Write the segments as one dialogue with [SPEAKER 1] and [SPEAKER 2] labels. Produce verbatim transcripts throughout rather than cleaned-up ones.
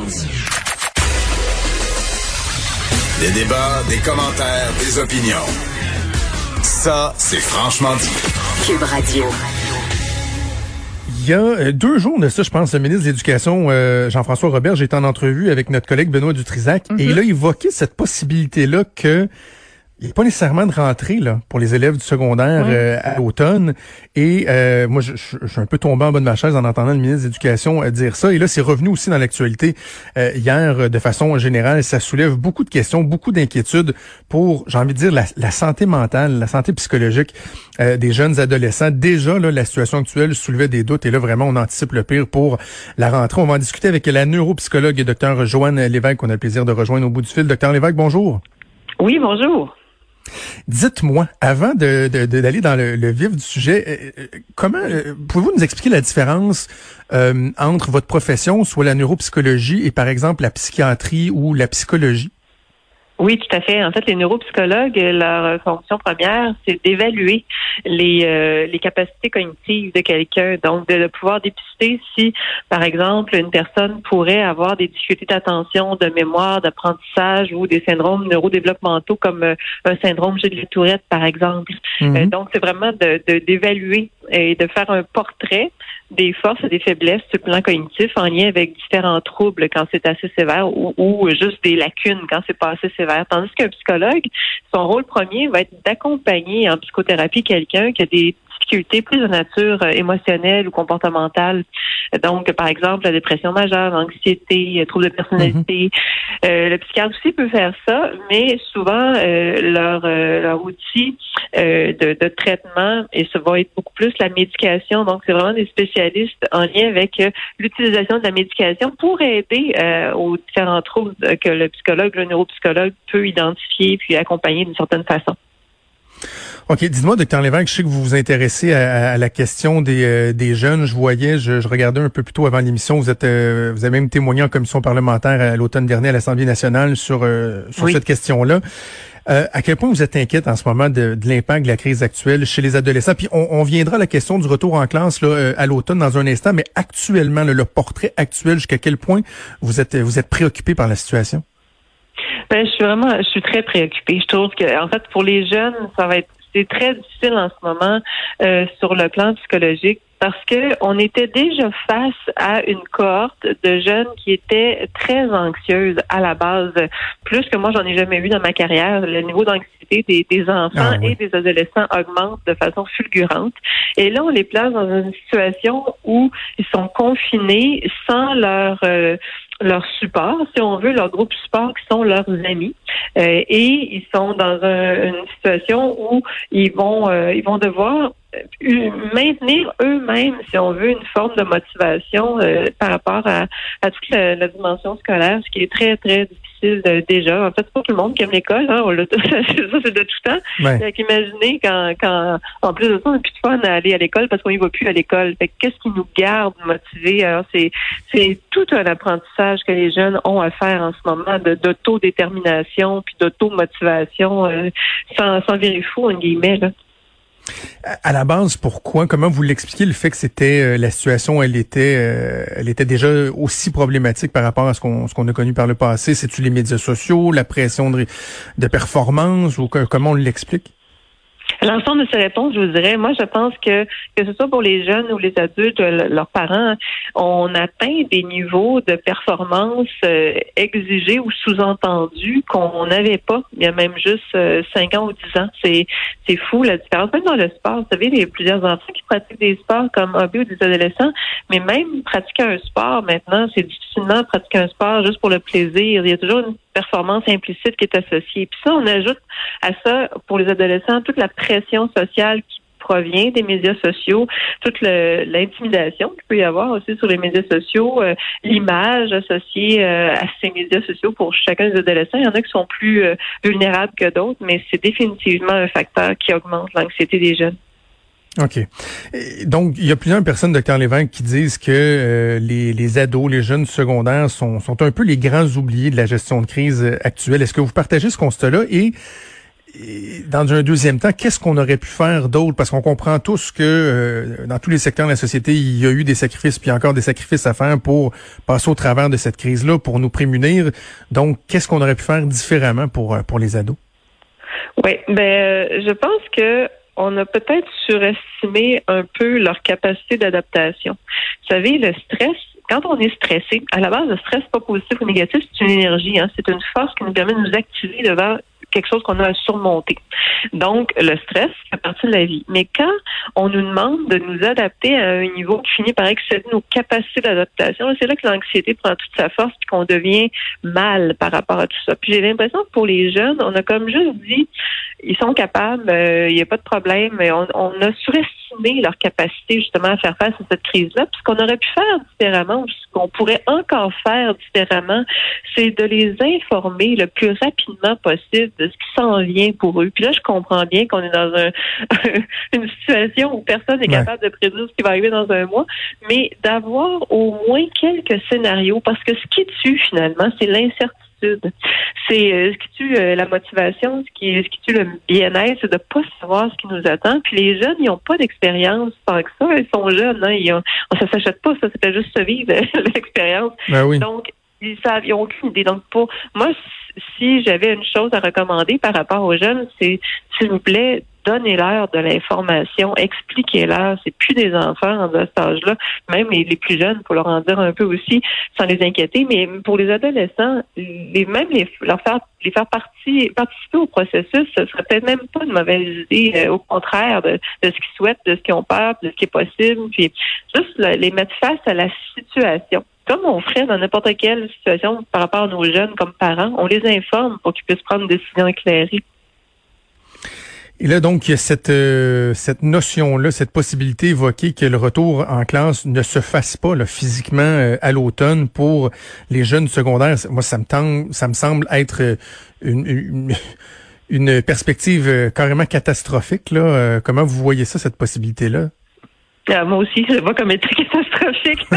[SPEAKER 1] Des débats, des commentaires, des opinions. Ça, c'est franchement dit.
[SPEAKER 2] Cube Radio.
[SPEAKER 3] Il y a deux jours de ça, je pense, le ministre de l'Éducation, euh, Jean-François Roberge, est en entrevue avec notre collègue Benoît Dutrisac, mm-hmm. et il a évoqué cette possibilité-là que il n'y a pas nécessairement de rentrée là pour les élèves du secondaire ouais. euh, à l'automne. Et euh, moi, je, je, je suis un peu tombé en bas de ma chaise en entendant le ministre de l'Éducation euh, dire ça. Et là, c'est revenu aussi dans l'actualité euh, hier euh, de façon générale. Ça soulève beaucoup de questions, beaucoup d'inquiétudes pour, j'ai envie de dire, la, la santé mentale, la santé psychologique euh, des jeunes adolescents. Déjà, là, la situation actuelle soulevait des doutes. Et là, vraiment, on anticipe le pire pour la rentrée. On va en discuter avec la neuropsychologue Dr Joanne Lévesque, qu'on a le plaisir de rejoindre au bout du fil. Docteur Lévesque, bonjour.
[SPEAKER 4] Oui, bonjour.
[SPEAKER 3] Dites-moi, avant de, de, de d'aller dans le, le vif du sujet, euh, comment euh, pouvez-vous nous expliquer la différence euh, entre votre profession, soit la neuropsychologie, et par exemple la psychiatrie ou la psychologie?
[SPEAKER 4] Oui, tout à fait. En fait, les neuropsychologues, leur fonction première, c'est d'évaluer les euh, les capacités cognitives de quelqu'un. Donc, de, de pouvoir dépister si, par exemple, une personne pourrait avoir des difficultés d'attention, de mémoire, d'apprentissage ou des syndromes neurodéveloppementaux comme euh, un syndrome Gilles de Tourette, par exemple. Mm-hmm. Euh, donc, c'est vraiment de, de d'évaluer et de faire un portrait des forces et des faiblesses sur le plan cognitif en lien avec différents troubles quand c'est assez sévère ou, ou juste des lacunes quand c'est pas assez sévère. Tandis qu'un psychologue, son rôle premier va être d'accompagner en psychothérapie quelqu'un qui a des difficultés plus de nature euh, émotionnelle ou comportementale. Donc, par exemple, la dépression majeure, l'anxiété, le trouble de personnalité. Mm-hmm. Euh, le psychiatre aussi peut faire ça, mais souvent, euh, leur, euh, leur outil euh, de, de traitement, et ça va être beaucoup plus la médication. Donc, c'est vraiment des spécialistes en lien avec euh, l'utilisation de la médication pour aider euh, aux différents troubles que le psychologue, le neuropsychologue peut identifier puis accompagner d'une certaine façon.
[SPEAKER 3] OK, dites-moi, docteur Lévesque, je sais que vous vous intéressez à, à la question des, euh, des jeunes. Je voyais, je, je regardais un peu plus tôt avant l'émission, vous êtes, euh, vous avez même témoigné en commission parlementaire à l'automne dernier à l'Assemblée nationale sur, euh, sur oui. cette question-là. Euh, à quel point vous êtes inquiète en ce moment de, de l'impact de la crise actuelle chez les adolescents? Puis on, on viendra à la question du retour en classe là, à l'automne dans un instant, mais actuellement, là, le portrait actuel, jusqu'à quel point vous êtes, vous êtes préoccupé par la situation?
[SPEAKER 4] Ben, je suis vraiment, je suis très préoccupée. Je trouve que, en fait, pour les jeunes, ça va être, c'est très difficile en ce moment euh, sur le plan psychologique parce que on était déjà face à une cohorte de jeunes qui étaient très anxieuses à la base, plus que moi j'en ai jamais vu dans ma carrière. Le niveau d'anxiété des, des enfants ah, oui. et des adolescents augmente de façon fulgurante. Et là, on les place dans une situation où ils sont confinés sans leur euh, leur support, si on veut, leur groupe support qui sont leurs amis, euh, et ils sont dans un, une situation où ils vont euh, ils vont devoir maintenir eux-mêmes, si on veut, une forme de motivation euh, par rapport à, à toute la, la dimension scolaire, ce qui est très, très difficile euh, déjà. En fait, c'est pas tout le monde qui aime l'école, hein, on l'a tout, ça, c'est de tout temps. Ouais. Donc, imaginez quand, quand, en plus de ça, on n'a plus de fun à aller à l'école parce qu'on y va plus à l'école. Fait que qu'est-ce qui nous garde motivés? Alors, c'est, c'est tout un apprentissage que les jeunes ont à faire en ce moment de, d'autodétermination puis d'automotivation, euh, sans, sans virer fou, en guillemets, là.
[SPEAKER 3] À la base, pourquoi, comment vous l'expliquez le fait que c'était euh, la situation, elle était, euh, elle était déjà aussi problématique par rapport à ce qu'on, ce qu'on a connu par le passé? C'est-tu les médias sociaux, la pression de, de performance, ou que, comment on l'explique?
[SPEAKER 4] L'ensemble de ces réponses, je vous dirais, moi, je pense que que ce soit pour les jeunes ou les adultes, leurs parents, on atteint des niveaux de performance euh, exigés ou sous-entendus qu'on n'avait pas il y a même juste euh, cinq ans ou dix ans. C'est c'est fou la différence. Même dans le sport, vous savez, il y a plusieurs enfants qui pratiquent des sports comme hobby ou des adolescents, mais même pratiquer un sport maintenant, c'est difficilement pratiquer un sport juste pour le plaisir. Il y a toujours une performance implicite qui est associée. Puis ça, on ajoute à ça, pour les adolescents, toute la pression sociale qui provient des médias sociaux, toute le, l'intimidation qu'il peut y avoir aussi sur les médias sociaux, euh, l'image associée euh, à ces médias sociaux pour chacun des adolescents. Il y en a qui sont plus euh, vulnérables que d'autres, mais c'est définitivement un facteur qui augmente l'anxiété des jeunes.
[SPEAKER 3] OK. Et donc, il y a plusieurs personnes, docteur Lévesque, qui disent que euh, les, les ados, les jeunes secondaires sont, sont un peu les grands oubliés de la gestion de crise actuelle. Est-ce que vous partagez ce constat-là? Et dans un deuxième temps, qu'est-ce qu'on aurait pu faire d'autre? Parce qu'on comprend tous que euh, dans tous les secteurs de la société, il y a eu des sacrifices, puis encore des sacrifices à faire pour passer au travers de cette crise-là, pour nous prémunir. Donc, qu'est-ce qu'on aurait pu faire différemment pour, pour les ados?
[SPEAKER 4] Oui, ben, euh, je pense que on a peut-être surestimé un peu leur capacité d'adaptation. Vous savez, le stress, quand on est stressé, à la base, le stress, pas positif ou négatif, c'est une énergie, hein, c'est une force qui nous permet de nous activer devant quelque chose qu'on a à surmonter. Donc, le stress fait partie de la vie. Mais quand on nous demande de nous adapter à un niveau qui finit par excéder nos capacités d'adaptation, c'est là que l'anxiété prend toute sa force et qu'on devient mal par rapport à tout ça. Puis j'ai l'impression que pour les jeunes, on a comme juste dit, ils sont capables, il euh, n'y a pas de problème, mais on, on a surestimé leur capacité justement à faire face à cette crise-là. Puis ce qu'on aurait pu faire différemment, ou ce qu'on pourrait encore faire différemment, c'est de les informer le plus rapidement possible de ce qui s'en vient pour eux. Puis là, je comprends bien qu'on est dans un, une situation où personne n'est capable ouais. de prédire ce qui va arriver dans un mois, mais d'avoir au moins quelques scénarios, parce que ce qui tue finalement, c'est l'incertitude. C'est euh, ce qui tue euh, la motivation, ce qui, ce qui tue le bien-être, c'est de pas savoir ce qui nous attend. Puis les jeunes, ils n'ont pas d'expérience tant que ça. Ils sont jeunes, hein, ils ont, ça s'achète pas, ça, c'était juste se vivre l'expérience.
[SPEAKER 3] Ben oui.
[SPEAKER 4] Donc, ils savent, ils ont aucune idée. Donc, pour moi, si j'avais une chose à recommander par rapport aux jeunes, c'est, s'il vous plaît, donnez-leur de l'information, expliquez-leur. C'est plus des enfants dans cet âge-là, même les, les plus jeunes, pour leur en dire un peu aussi, sans les inquiéter. Mais pour les adolescents, les, même les, leur faire, les faire partie, participer au processus, ce serait peut-être même pas une mauvaise idée. Euh, au contraire de, de ce qu'ils souhaitent, de ce qu'ils ont peur, de ce qui est possible. Puis juste là, les mettre face à la situation. Comme on ferait dans n'importe quelle situation par rapport à nos jeunes comme parents, on les informe pour qu'ils puissent prendre une décision éclairée.
[SPEAKER 3] Et là, donc, il y a cette, euh, cette notion-là, cette possibilité évoquée que le retour en classe ne se fasse pas là, physiquement euh, à l'automne pour les jeunes secondaires. Moi, ça me tend, ça me semble être une, une, une perspective euh, carrément catastrophique. Là. Euh, comment vous voyez ça, cette possibilité-là?
[SPEAKER 4] Ah, moi aussi, je le vois comme étant catastrophique.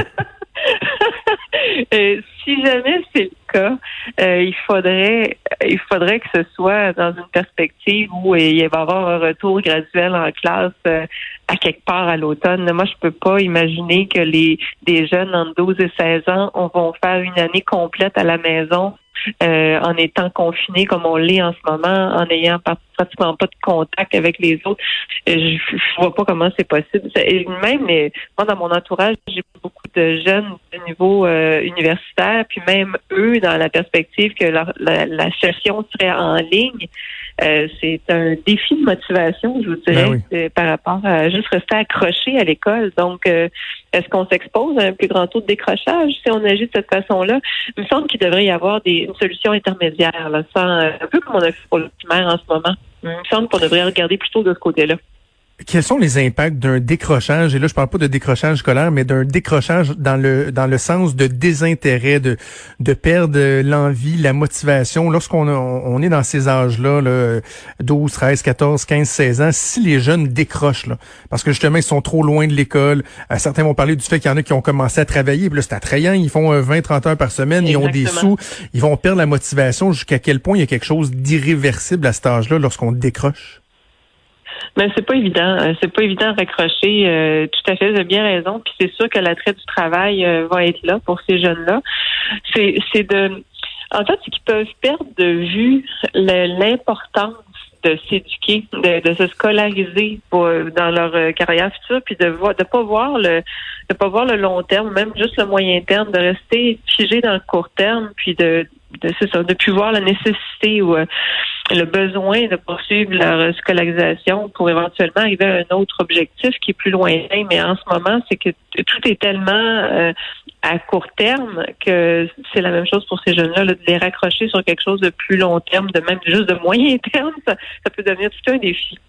[SPEAKER 4] Euh, si jamais c'est le cas, euh, il faudrait il faudrait que ce soit dans une perspective où euh, il va y avoir un retour graduel en classe euh, à quelque part à l'automne. Moi, je peux pas imaginer que les des jeunes entre douze et seize ans on vont faire une année complète à la maison euh, en étant confinés comme on l'est en ce moment, en ayant pratiquement pas de contact avec les autres. Je, je vois pas comment c'est possible. Et même les, moi, dans mon entourage, j'ai beaucoup de jeunes de niveau euh, universitaire, puis même eux, dans la perspective que la, la, la session serait en ligne, euh, c'est un défi de motivation, je vous dirais, ben oui. par rapport à juste rester accroché à l'école. Donc, euh, est-ce qu'on s'expose à un plus grand taux de décrochage si on agit de cette façon-là? Il me semble qu'il devrait y avoir des, une solution intermédiaire, là, sans, un peu comme on a fait pour le primaire en ce moment. Il me semble qu'on devrait regarder plutôt de ce côté-là.
[SPEAKER 3] Quels sont les impacts d'un décrochage? Et là, je parle pas de décrochage scolaire, mais d'un décrochage dans le dans le sens de désintérêt, de de perdre l'envie, la motivation. Lorsqu'on a, on est dans ces âges-là, là, douze, treize, quatorze, quinze, seize ans, si les jeunes décrochent, là, parce que justement, ils sont trop loin de l'école. Euh, certains vont parler du fait qu'il y en a qui ont commencé à travailler, puis là, c'est attrayant, ils font euh, vingt, trente heures par semaine, Exactement. Ils ont des sous, ils vont perdre la motivation. Jusqu'à quel point il y a quelque chose d'irréversible à cet âge-là lorsqu'on décroche?
[SPEAKER 4] Mais c'est pas évident. C'est pas évident de raccrocher. Euh, tout à fait, vous avez bien raison. Puis c'est sûr que l'attrait du travail euh, va être là pour ces jeunes-là. C'est, c'est de, en fait, c'est qu'ils peuvent perdre de vue le, l'importance de s'éduquer, de, de se scolariser pour, dans leur euh, carrière future, puis de voir, de pas voir le, de pas voir le long terme, même juste le moyen terme, de rester figé dans le court terme, puis de, de c'est ça, de plus voir la nécessité ou euh, le besoin de poursuivre leur scolarisation pour éventuellement arriver à un autre objectif qui est plus lointain. Mais en ce moment, c'est que tout est tellement euh, à court terme que c'est la même chose pour ces jeunes-là, là, de les raccrocher sur quelque chose de plus long terme, de même juste de moyen terme, ça, ça peut devenir tout un défi.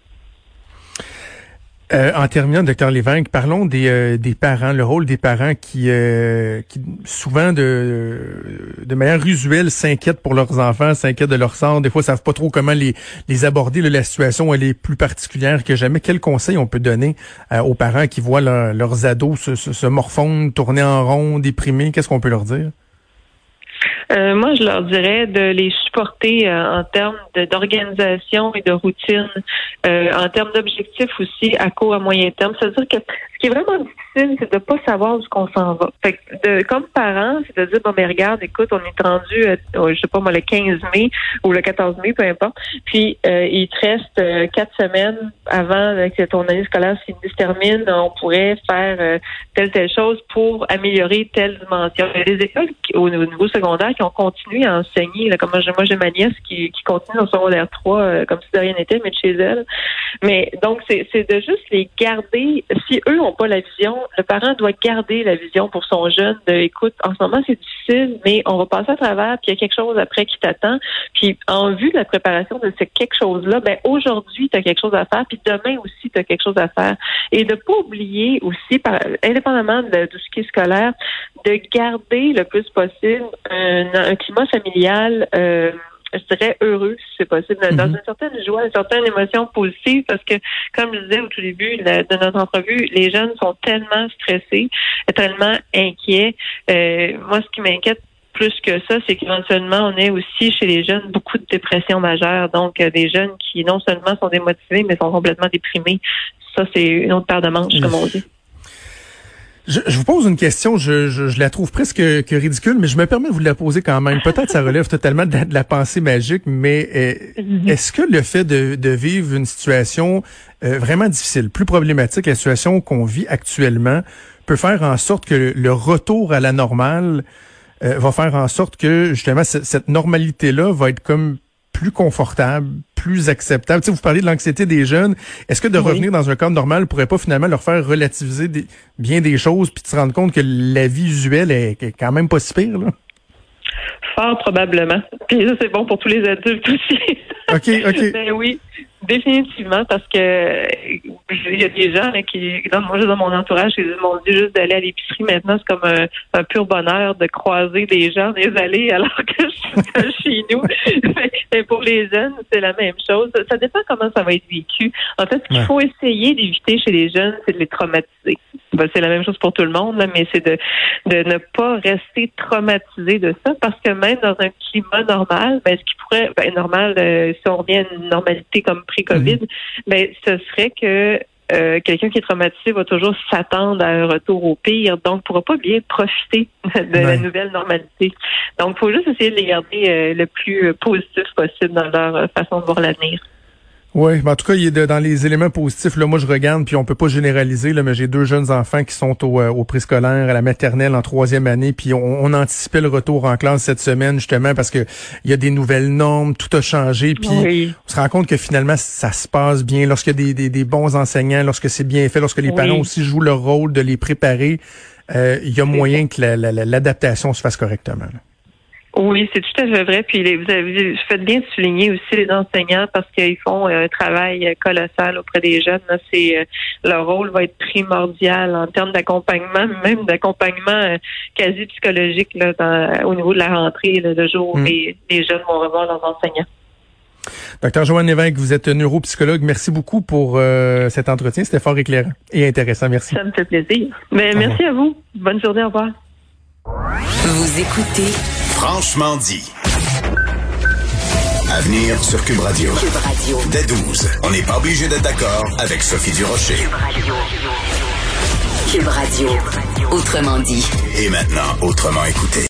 [SPEAKER 3] Euh, en terminant, docteur Lévesque, parlons des euh, des parents, le rôle des parents qui, euh, qui souvent de de manière usuelle s'inquiètent pour leurs enfants, s'inquiètent de leur sort. Des fois, savent pas trop comment les les aborder. Là, la situation elle est plus particulière que jamais. Quels conseils on peut donner euh, aux parents qui voient leur, leurs ados se, se, se morfondre, tourner en rond, déprimés? Qu'est-ce qu'on peut leur dire?
[SPEAKER 4] Euh, moi, je leur dirais de les supporter euh, en termes de, d'organisation et de routine, euh, en termes d'objectifs aussi à court, à moyen terme. C'est-à-dire que ce qui est vraiment difficile, c'est de pas savoir où qu'on s'en va. Fait que de, comme parents, c'est de dire, bon, mais regarde, écoute, on est rendu, euh, je sais pas moi, le quinze mai ou le quatorze mai, peu importe, puis euh, il te reste euh, quatre semaines avant que ton année scolaire se termine, on pourrait faire euh, telle, telle chose pour améliorer telle dimension. Il y a des écoles qui, au, au niveau secondaire qui ont continué à enseigner, là, comme moi, moi j'ai ma nièce qui, qui continue au secondaire trois, euh, comme si de rien n'était, mais de chez elle. Mais donc, c'est, c'est de juste les garder. Si eux n'ont pas la vision, le parent doit garder la vision pour son jeune de, écoute, en ce moment, c'est difficile, mais on va passer à travers, puis il y a quelque chose après qui t'attend. Puis, en vue de la préparation de ce quelque chose-là, ben aujourd'hui, tu as quelque chose à faire, puis demain aussi, tu as quelque chose à faire. Et de pas oublier aussi, par, indépendamment de, de ce qui est scolaire, de garder le plus possible un, un climat familial euh, je dirais heureux, si c'est possible, dans mm-hmm. une certaine joie, une certaine émotion positive, parce que, comme je disais au tout début la, de notre entrevue, les jeunes sont tellement stressés, tellement inquiets. Euh, moi, ce qui m'inquiète plus que ça, c'est qu'éventuellement, on ait aussi chez les jeunes beaucoup de dépression majeure. Donc, euh, des jeunes qui non seulement sont démotivés, mais sont complètement déprimés. Ça, c'est une autre paire de manches, mmh. comme on dit.
[SPEAKER 3] Je, je vous pose une question, je, je, je la trouve presque que ridicule, mais je me permets de vous la poser quand même. Peut-être ça relève totalement de la, de la pensée magique, mais euh, mmh. est-ce que le fait de, de vivre une situation euh, vraiment difficile, plus problématique, la situation qu'on vit actuellement, peut faire en sorte que le, le retour à la normale euh, va faire en sorte que justement c- cette normalité-là va être comme plus confortable, plus acceptable. Tu sais, vous parlez de l'anxiété des jeunes. Est-ce que de oui. revenir dans un cadre normal pourrait pas finalement leur faire relativiser des, bien des choses puis de se rendre compte que la vie usuelle est, est quand même pas si pire, là?
[SPEAKER 4] Fort probablement. Puis ça, c'est bon pour tous les adultes aussi.
[SPEAKER 3] OK, OK.
[SPEAKER 4] Ben oui, définitivement, parce que il y a des gens là, qui, dans, moi, dans mon entourage, ils m'ont dit juste d'aller à l'épicerie. Maintenant, c'est comme un, un pur bonheur de croiser des gens dans les allées alors que je suis chez nous. Mais pour les jeunes, c'est la même chose. Ça dépend comment ça va être vécu. En fait, ce qu'il ouais. faut essayer d'éviter chez les jeunes, c'est de les traumatiser. Ben, c'est la même chose pour tout le monde, là, mais c'est de, de ne pas rester traumatisé de ça, parce que même dans un climat normal, ben, ce qui pourrait, ben, normal, euh, si on revient à une normalité comme pré-COVID, mmh. ben, ce serait que euh, quelqu'un qui est traumatisé va toujours s'attendre à un retour au pire, donc ne pourra pas bien profiter de ouais. la nouvelle normalité. Donc, il faut juste essayer de les garder euh, le plus positif possible dans leur euh, façon de voir l'avenir.
[SPEAKER 3] Oui, mais en tout cas, il est de, dans les éléments positifs, là, moi je regarde, puis on peut pas généraliser, là, mais j'ai deux jeunes enfants qui sont au, au préscolaire, à la maternelle en troisième année, puis on, on anticipait le retour en classe cette semaine, justement, parce que il y a des nouvelles normes, tout a changé, puis oui. on se rend compte que finalement, ça se passe bien, lorsqu'il y a des, des, des bons enseignants, lorsque c'est bien fait, lorsque les oui. parents aussi jouent leur rôle de les préparer, euh, il y a moyen que la, la, la, l'adaptation se fasse correctement, là.
[SPEAKER 4] Oui, c'est tout à fait vrai. Puis les, vous avez fait bien de souligner aussi les enseignants, parce qu'ils font un travail colossal auprès des jeunes. Là, c'est euh, leur rôle va être primordial en termes d'accompagnement, même d'accompagnement euh, quasi psychologique là, dans, au niveau de la rentrée, là, le jour où mmh. les, les jeunes vont revoir leurs enseignants.
[SPEAKER 3] Docteur Joanne Lévesque, vous êtes neuropsychologue. Merci beaucoup pour euh, cet entretien. C'était fort éclairant et intéressant. Merci.
[SPEAKER 4] Ça me fait plaisir. Mais merci à vous. Bonne journée. Au revoir.
[SPEAKER 2] Vous écoutez
[SPEAKER 1] Franchement dit. À venir sur Cube Radio.
[SPEAKER 2] Cube Radio.
[SPEAKER 1] Dès douze. On n'est pas obligé d'être d'accord avec Sophie Durocher.
[SPEAKER 2] Cube Radio. Cube Radio. Autrement dit.
[SPEAKER 1] Et maintenant, autrement écouté.